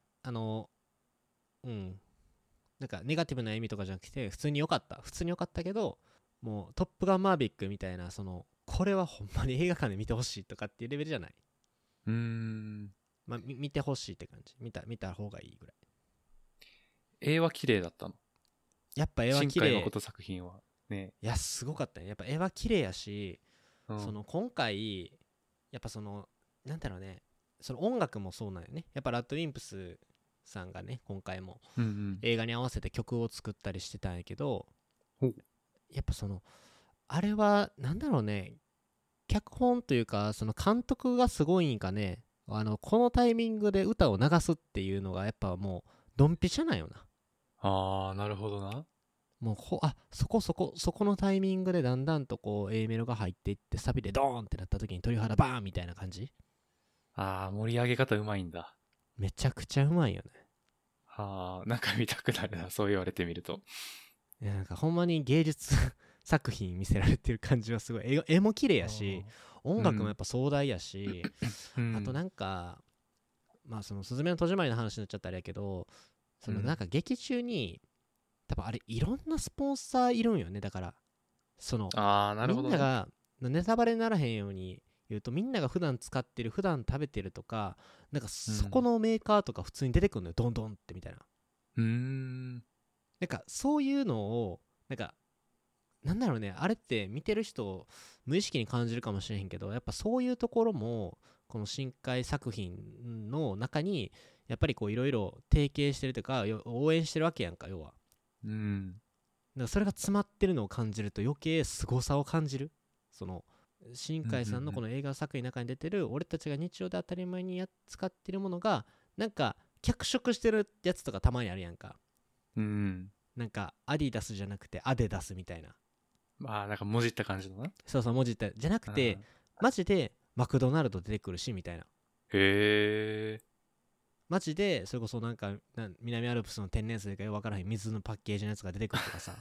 なんかネガティブな意味とかじゃなくて普通に良かったけど、もうトップガンマーヴィックみたいな、そのこれはほんまに映画館で見てほしいとかっていうレベルじゃない。まあ、見てほしいって感じ。見た方がいいぐらい。 絵は綺麗だったの？ やっぱ絵は綺麗。 新海誠作品はね。 いやすごかったね。やっぱ絵は綺麗やし、その今回やっぱそのなんだろうね、その音楽もそうなんよね。やっぱラッドウィンプスさんがね今回も映画に合わせて曲を作ったりしてたんやけど、やっぱそのあれはなんだろうね、脚本というかその監督がすごいんかね、このタイミングで歌を流すっていうのがやっぱもうドンピシャなんよな。 ああ、なるほどな。 もうそこのタイミングでだんだんとこう A メロが入っていってサビでドーンってなった時に鳥肌バーンみたいな感じ。 ああ、盛り上げ方うまいんだ。 めちゃくちゃうまいよね。 はあ、なんか見たくなるな、そう言われてみると。 いやなんかほんまに芸術作品見せられてる感じはすごい。絵も綺麗やし、音楽もやっぱ壮大やし、あとなんかまあそのすずめの戸締まりの話になっちゃったらあれやけど、そのなんか劇中に多分あれいろんなスポンサーいるんよね。だからそのなるほど、ね、 みんながネタバレにならへんように言うと、みんなが普段使ってる普段食べてるとかなんかそこのメーカーとか普通に出てくるのよ、どんどんってみたいな。なんかそういうのをなんだろうね、あれって見てる人無意識に感じるかもしれへんけど、やっぱそういうところもこの深海作品の中にやっぱりこういろいろ提携してるというか応援してるわけやんか、要は。だからそれが詰まってるのを感じると余計凄さを感じる。その新海さんのこの映画作品の中に出てる俺たちが日常で当たり前に使ってるものがなんか脚色してるやつとかたまにあるやんか。なんかアディダスじゃなくてアデダスみたいな、 まあなんかもじった感じのな。 そう文字ってじゃなくてマジでマクドナルド出てくるしみたいな。 へえ。 マジでそれこそなんか南アルプスの天然水かよくわからへん水のパッケージのやつが出てくるとかさ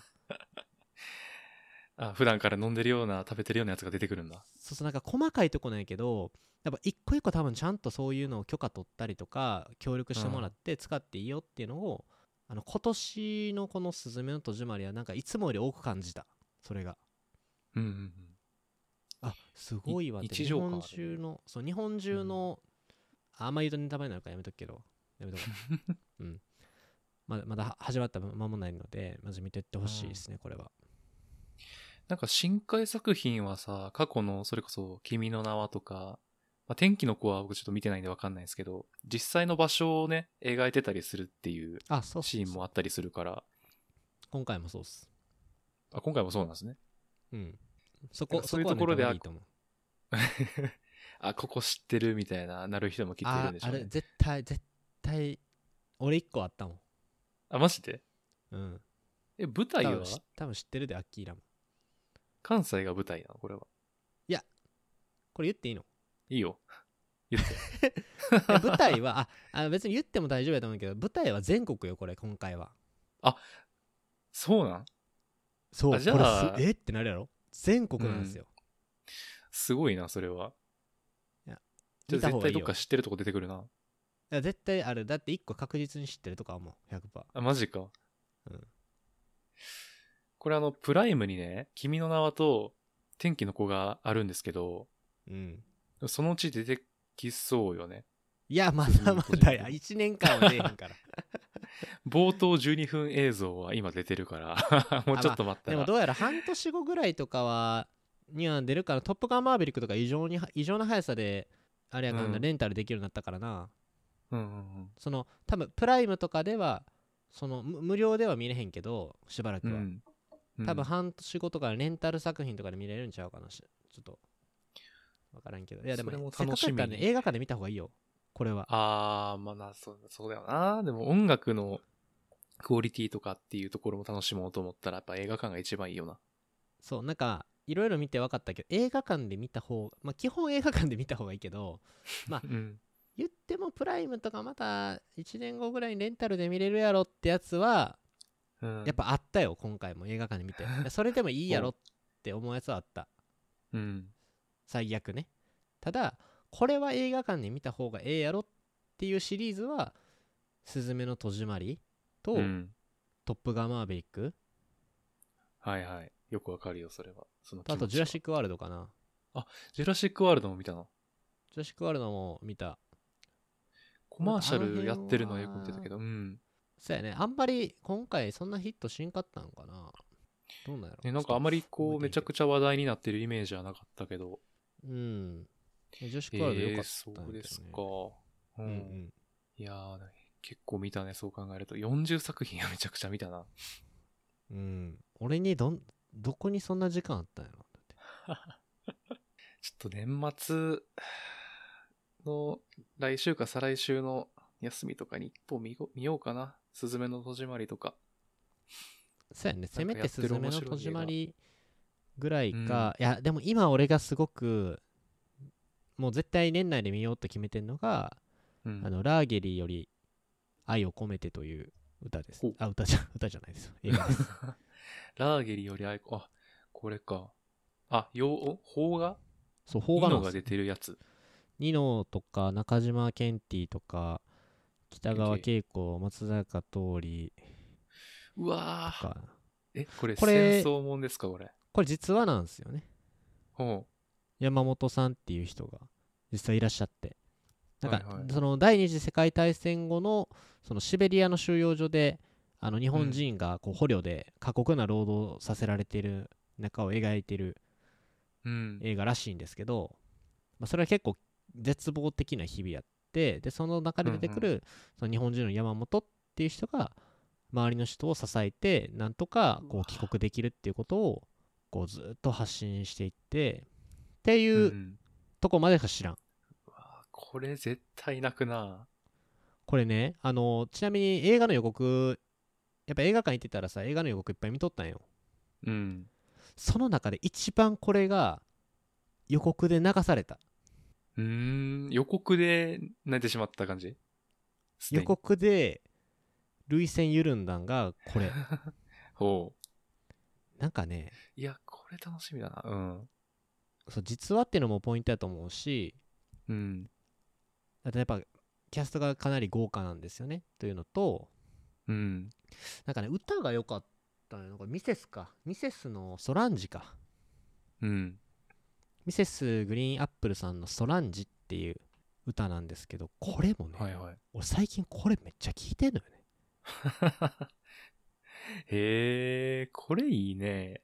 普段から飲んでるような食べてるようなやつが出てくるんだ。 そうなんか細かいとこなんやけど、やっぱ一個一個多分ちゃんとそういうのを許可取ったりとか協力してもらって使っていいよっていうのを、今年のこのすずめの戸締まりはなんかいつもより多く感じた。それがすごいわって。日本中の日本中の、あんま言うとネタバレになるからやめとくけどやめとこまだ始まったまもないのでまず見てってほしいですね、これは。 なんか新海作品はさ、過去のそれこそ君の名はとか、まあ、天気の子は僕ちょっと見てないんでわかんないですけど、実際の場所をね、描いてたりするっていうあ、そうシーンもあったりするから、 今回もそうっす。 あ、今回もそうなんですね。 うん。 そういうところで、 いいと思う。 あ、ここ知ってるみたいなる人もきっといるんでしょうね。 あれ、絶対、俺1個あったもん。 あ、マジで？ うん。 舞台は多分知ってるで、アッキーラも。 関西が舞台なのこれは。 いや、これ言っていいの？ いいよ。言って。 舞台は、別に言っても大丈夫やと思うけど、舞台は全国よ、これ、今回は。 あ、そうなん？ そう、 じゃあ、 これってなるやろ？全国なんですよ。 すごいな、それは。 いや、 じゃあ絶対どっか知ってるとこ出てくるな。 いや、絶対ある。だって1個確実に知ってるとかはもう 100%。 あ、マジか。 うん。 これプライムにね、君の名はと天気の子があるんですけど、 うん。 そのうち出てきそうよね。 いや、まだまだや。1年間は出えへんから。 冒頭12分映像は今出てるからもうちょっと待ったら、 でもどうやら半年後ぐらいとかには出るから、トップガンマーヴェリックとか異常な速さであれやからな、レンタルできるようになったからな。その多分プライムとかではその無料では見れへんけど、しばらくは、多分半年後とかレンタル作品とかで見れるんちゃうかな。ちょっと分からんけど。いやでもせっかくやったらね、映画館で見た方がいいよ、これは。 まあそうだよな。でも音楽のクオリティとかっていうところも楽しもうと思ったらやっぱ映画館が一番いいよな。 そう、なんかいろいろ見て分かったけど、映画館で見た方、まあ基本映画館で見た方がいいけど、まあ、言ってもプライムとかまた1年後ぐらいにレンタルで見れるやろってやつは、やっぱあったよ、今回も映画館で見て。それでもいいやろって思うやつはあった。最悪ね。ただこれは映画館で見た方がええやろっていうシリーズは、すずめの戸締まりと、トップガンマーヴェリック。 はいはい、よくわかるよそれは。 あとジュラシックワールドかな。 あ、ジュラシックワールドも見たの？ ジュラシックワールドも見た。 コマーシャルやってるのはよく見てたけど、 そうやね。あんまり今回そんなヒットしんかったのかな。どうなんやろ。 なんかあまりめちゃくちゃ話題になってるイメージはなかったけど。 ジュラシックワールドよかったんだけどね。 そうですか。いやー、結構見たね、そう考えると。40作品はめちゃくちゃ見たな。 俺にどこにそんな時間あったんやろ。 ちょっと年末の来週か再来週の休みとかに一本見ようかな。すずめの戸締まりとか。 そうやね。せめてすずめの戸締まりぐらいか。いや、でも今俺がすごく、もう絶対年内で見ようと決めてんのが、ラーゲリより愛を込めてという歌です。歌じゃないです。映画です。 ラーゲリより愛、これか。邦画？ そう、邦画ニノが出てるやつ。 ニノとか中島ケンティとか北川景子、松坂桃李。 うわー、これ戦争もんですか？これ実話なんですよね。山本さんっていう人が実際いらっしゃって、なんか、その第二次世界大戦後のそのシベリアの収容所で日本人がこう捕虜で過酷な労働させられている中を描いている映画らしいんですけど、それは結構絶望的な日々やって、でその中で出てくるその日本人の山本っていう人が周りの人を支えて、なんとかこう帰国できるっていうことをこうずっと発信していってっていうとこまでしか知らん。 これ絶対泣くな。 これね、ちなみに映画の予告、やっぱ映画館行ってたらさ、映画の予告いっぱい見とったんよ。その中で一番これが予告で流された。 予告で泣いてしまった感じ？ 予告で涙腺緩んだんがこれ。なんかね、 いや、これ楽しみだな。 そう、実話っていうのもポイントだと思うし、あとやっぱキャストがかなり豪華なんですよねというのと、なんかね、歌が良かったのよ。ミセスのソランジか。ミセスグリーンアップルさんのソランジっていう歌なんですけど、これもね、俺最近これめっちゃ聴いてんのよね。 へえ、これいいね。見に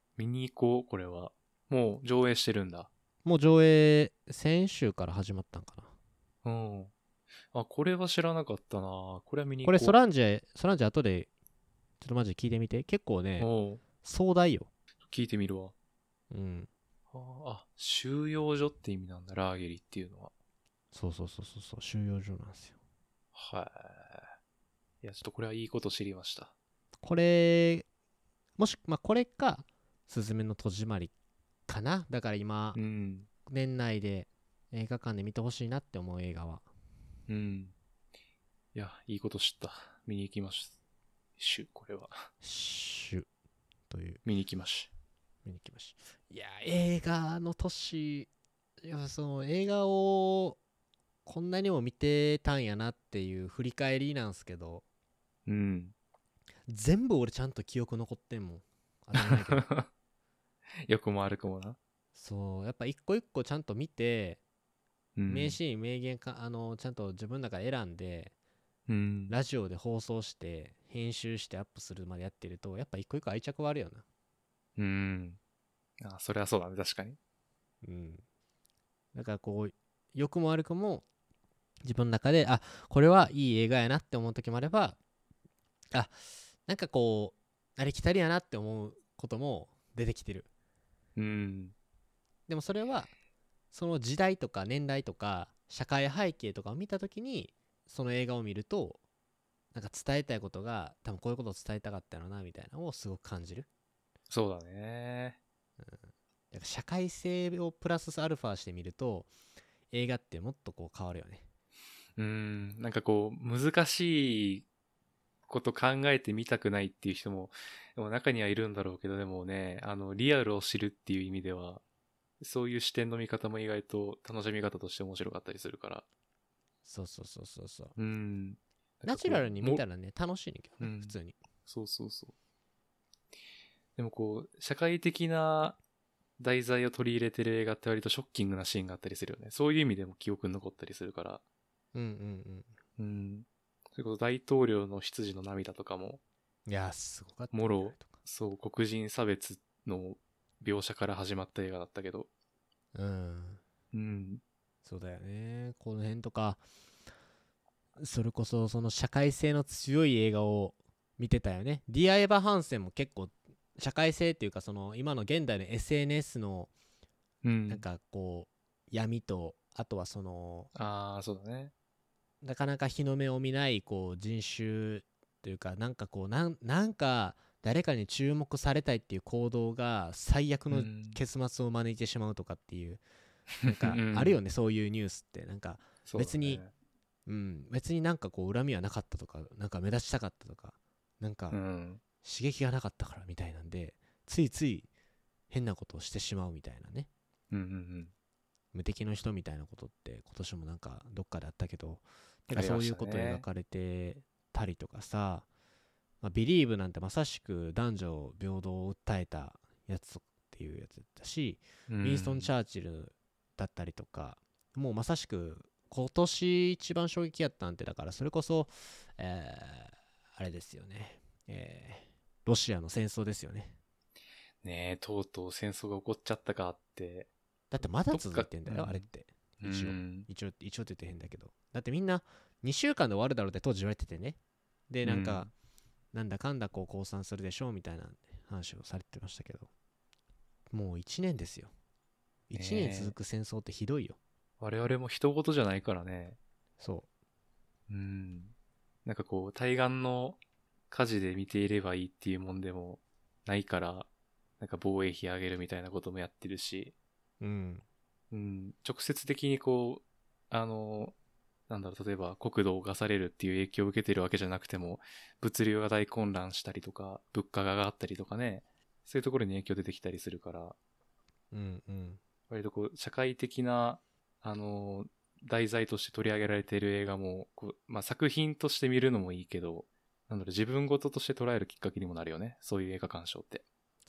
に行こう、これは。もう上映してるんだ。 もう上映先週から始まったんかな。 うん。あ、これは知らなかったな。これは見にこれ行こソランジェ後でちょっとマジで聞いてみて。結構う。 ねおう壮大よ。 聞いてみるわ。 うん収容所って意味なんだ、ラーゲリっていうのは。 そう収容所なんですよ。 はい。いや、ちょっとこれはいいこと知りました。 これもしこれかすずめの戸締まりかな。だから今、 うん。 年内で映画館で見てほしいなって思う映画は。 うん。いや、いいこと知った。見に行きました。これは。 シュという見に行きまし見に来ました。いや映画の年、いやその映画をこんなにも見てたんやなっていう振り返りなんすけど、 うん。 全部俺ちゃんと記憶残ってんもん。当たり前やけどよくも悪くもな。 そうやっぱ一個一個ちゃんと見て、 うん。 名シーン名言かちゃんと自分の中で選んでうん。 ラジオで放送して編集してアップするまでやってると、やっぱ一個一個愛着はあるよな。 うん。あ、それはそうだね、確かに。 うんだからこう良くも悪くも自分の中でこれはいい映画やなって思う時もあれば、なんかこうありきたりやなって思うことも出てきてる。 うん。 でもそれはその時代とか年代とか社会背景とかを見た時にその映画を見ると、なんか伝えたいことが多分こういうことを伝えたかったのなみたいなのをすごく感じる。 そうだね。 だから社会性をプラスアルファしてみると映画ってもっとこう変わるよね。 なんかこう、難しいこと考えてみたくないっていう人も、でも中にはいるんだろうけど、でもね、リアルを知るっていう意味では、そういう視点の見方も意外と楽しみ方として面白かったりするから。 そうなんナかこうチュラルに見たらね楽しいねんけどね、 うん普通に。 そうそうそう。でもこう、社会的な題材を取り入れてる映画って割とショッキングなシーンがあったりするよね。そういう意味でも記憶に残ったりするから。それこそ大統領の執事の涙とかも、 いやすごかったねもろ、そう、黒人差別の描写から始まった映画だったけど。 そうだよね。この辺とかそれこそその社会性の強い映画を見てたよね。ディア・エヴァ・ハンセンも結構社会性っていうか、その今の現代の SNS のなんかこう闇と、あとはそのそうだね。 なかなか日の目を見ないこう人種というか、なんかこうなんか誰かに注目されたいっていう行動が最悪の結末を招いてしまうとかっていう、なんかあるよね、そういうニュースって。なんか別に、別になんかこう恨みはなかったとか、なんか目立ちたかったとか、なんか刺激がなかったからみたいなんで、ついつい変なことをしてしまうみたいなね。無敵の人みたいなことって今年もなんかどっかであったけど、なんかそういうこと描かれてたりとかさ、ビリーブなんてまさしく男女平等を訴えたやつっていうやつだったし、ウィンストン・チャーチルだったりとか、もうまさしく今年一番衝撃やったんて、だからそれこそ、あれですよね、ロシアの戦争ですよね。 ねえ、とうとう戦争が起こっちゃったかって。 だってまだ続いてんだよ、あれって。一応って言って変だけど、だってみんな2週間で終わるだろうって当時言われててね。でなんか、なんだかんだこう降参するでしょうみたいな話をされてましたけど、もう1年ですよ。1年続く戦争ってひどいよ。 我々も人事じゃないからね。なんかこう対岸の火事で見ていればいいっていうもんでもないから、なんか防衛費上げるみたいなこともやってるし、直接的にこうなんだろう、例えば国土を侵されるっていう影響を受けてるわけじゃなくても、物流が大混乱したりとか、物価が上がったりとかね、そういうところに影響出てきたりするから、割とこう社会的な題材として取り上げられている映画もこう、作品として見るのもいいけど、なんだろう、自分事として捉えるきっかけにもなるよね、そういう映画鑑賞って。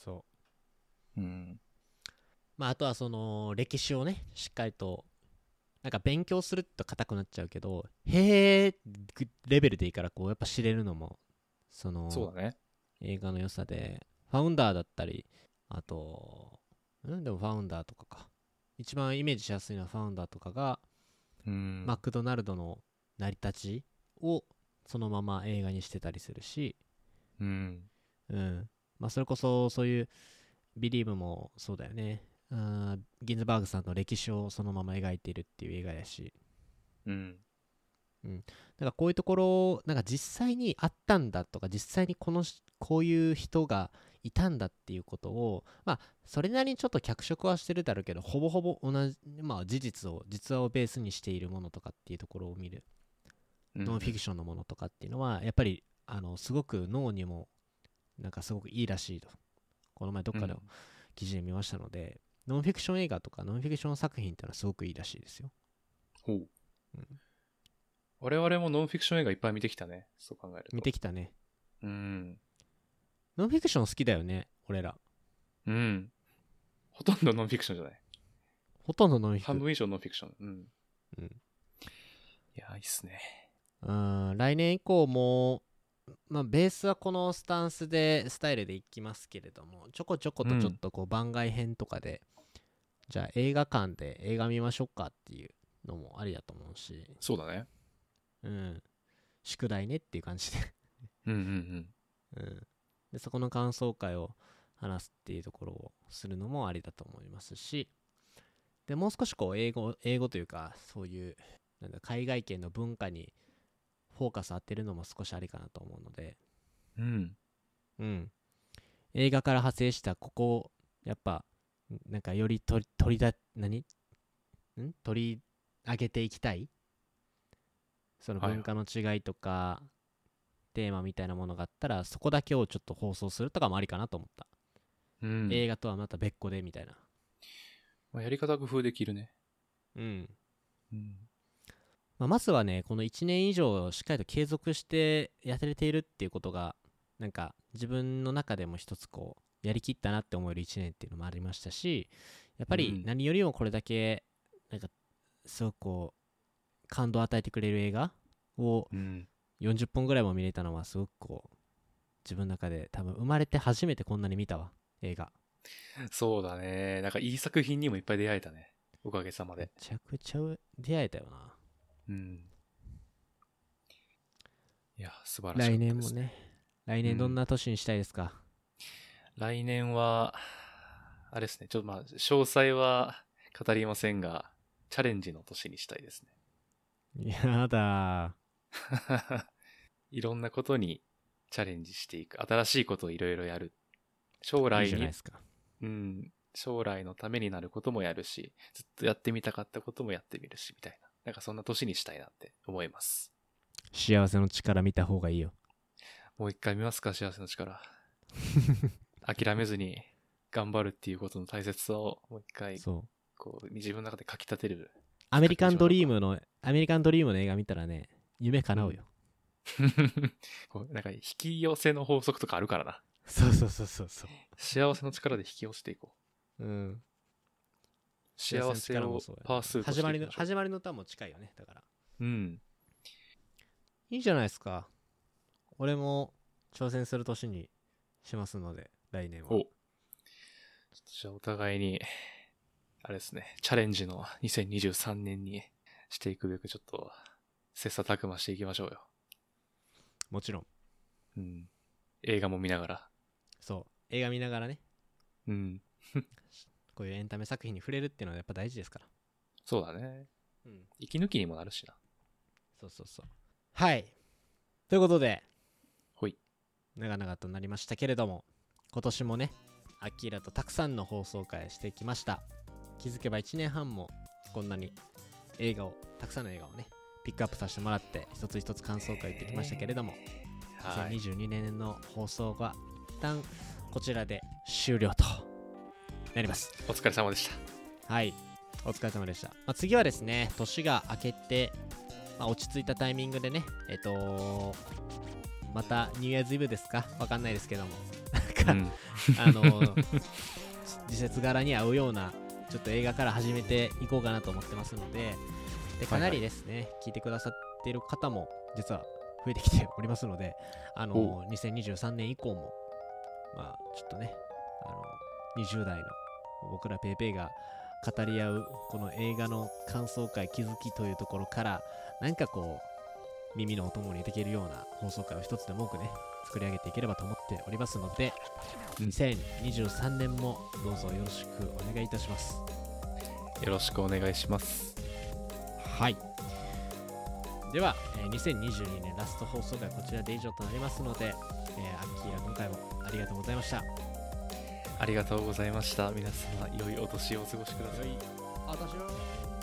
あとはその歴史をねしっかりとなんか勉強すると硬くなっちゃうけど、へーレベルでいいからこうやっぱ知れるのもそうだね、映画の良さで、ファウンダーだったりあとでもファウンダーとかか、一番イメージしやすいのはファウンダーとかが、マクドナルドの成り立ちをそのまま映画にしてたりするし、まあそれこそそういうビリーブもそうだよね。ギンズバーグさんの歴史をそのまま描いているっていう映画やし、なんかこういうところ、なんか実際にあったんだとか、実際にこういう人がいたんだっていうことを、まあそれなりにちょっと脚色はしてるだろうけど、ほぼほぼ同じ、まあ実話をベースにしているものとかっていうところを見る、ノンフィクションのものとかっていうのはやっぱりすごく脳にもなんかすごくいいらしいと、この前どっかの記事で見ましたので、ノンフィクション映画とかノンフィクション作品っていうのはすごくいいらしいですよ。 ほう。我々もノンフィクション映画いっぱい見てきたね。そう考えると。 見てきたね。 ノンフィクション好きだよね、俺ら。 ほとんどノンフィクションじゃない。 ほとんどノンフィクション。 半分以上ノンフィクション。いや、いいっすね。 来年以降も、まあ、ベースはこのスタンスで、スタイルでいきますけれども、ちょこちょことちょっとこう番外編とかで、じゃあ映画館で映画見ましょうかっていうのもありだと思うし。 そうだね。 宿題ねっていう感じでで、そこの感想会を話すっていうところをするのもありだと思いますし、でもう少しこう英語というか、そういうなんだ海外圏の文化にフォーカス当てるのも少しありかなと思うので、映画から派生したここやっぱなんかより取り上げていきたい、その文化の違いとか、テーマみたいなものがあったら、そこだけをちょっと放送するとかもありかなと思った。映画とはまた別個でみたいな。 まあ、やり方工夫できるね。 まずはね、この1年以上しっかりと継続してやれているっていうことが、なんか自分の中でも一つこうやりきったなって思える1年っていうのもありましたし、やっぱり何よりもこれだけなんかすごくこう感動を与えてくれる映画を40本ぐらいも見れたのはすごくこう自分の中で多分生まれて初めてこんなに見たわ、映画。 そうだね。なんかいい作品にもいっぱい出会えたね、おかげさまで。 めちゃくちゃ出会えたよな。 いや、素晴らしい、 来年もね、来年どんな年にしたいですか？ 来年はあれですね、ちょっとまあ詳細は語りませんが、チャレンジの年にしたいですね。やだいろんなことにチャレンジしていく、新しいことをいろいろやる、将来に、いいじゃないですか。将来のためになることもやるし、ずっとやってみたかったこともやってみるしみたいな、なんかそんな年にしたいなって思います。 幸せの力見た方がいいよ。 もう一回見ますか、幸せの力。諦めずに頑張るっていうことの大切さをもう一回こう自分の中でかき立てる。 アメリカンドリームの映画見たらね、夢叶うよ。 こうなんか引き寄せの法則とかあるからな。 そう幸せの力で引き寄せていこう。幸せをパースートしていきましょう。 始まりの歌も近いよね、だから。いいじゃないですか。俺も挑戦する年にしますので、来年は。 じゃあお互いにあれですね、チャレンジの2023年にしていくべくちょっと切磋琢磨していきましょうよ。 もちろん。映画も見ながら。 そう、映画見ながらね。こういうエンタメ作品に触れるっていうのはやっぱ大事ですから。 そうだね。息抜きにもなるしな。 そう。はい。ということで、 ほい。 長々となりましたけれども、今年もね、アキラとたくさんの放送会してきました。気づけば1年半もこんなにたくさんの映画をね、ピックアップさせてもらって、一つ一つ感想会言ってきましたけれども、2022年の放送が一旦こちらで終了となります。 お疲れ様でした。 はい、お疲れ様でした。次はですね、年が明けて、落ち着いたタイミングでね、またニューイヤーズイブですか、わかんないですけども、時節柄に合うようなちょっと映画から始めていこうかなと思ってますので、かなりですね、聞いてくださっている方も実は増えてきておりますので、2023年以降もちょっとね、 20代の僕らペーペーが語り合うこの映画の感想会気づきというところから、なんかこう耳のお供にできるような放送回を一つでも多くね作り上げていければと思っておりますので、2023年もどうぞよろしくお願いいたします。 よろしくお願いします。 はい。では、2022年ラスト放送回はこちらで以上となりますので、アッキーラ今回もありがとうございました。 ありがとうございました。皆様良いお年をお過ごしください。 良いお年を。